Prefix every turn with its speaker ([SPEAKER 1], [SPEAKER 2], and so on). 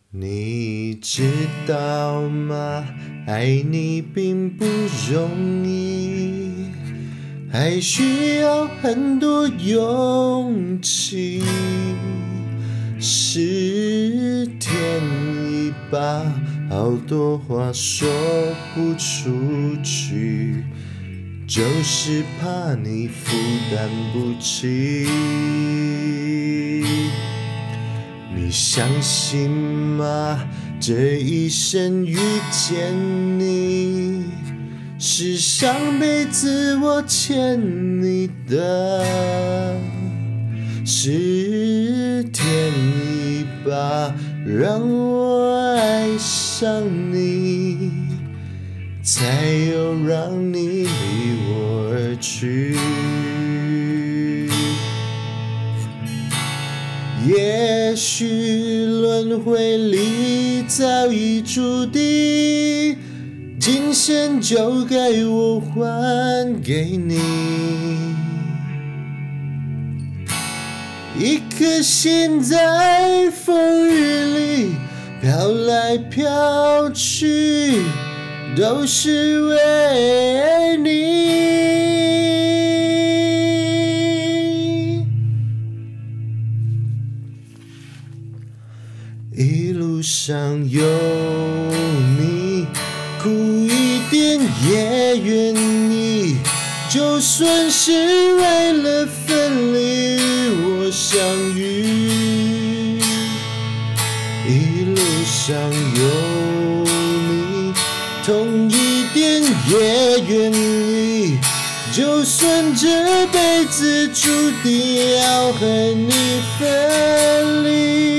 [SPEAKER 1] 你知道吗？爱你并不容易，还需要很多勇气。10天一把，好多话说不出去，就是怕你负担不起。你相信吗？这一生遇见你，是上辈子我欠你的。10天一把，让我爱上你，才有让你离我而去。也许轮回里早已注定，今生就该我还给你一颗心，在风雨里飘来飘去，都是为你。一路上有你，苦一点也愿意，就算是为了分离与我相遇。一路上有你，痛一点也愿意，就算这辈子注定要和你分离。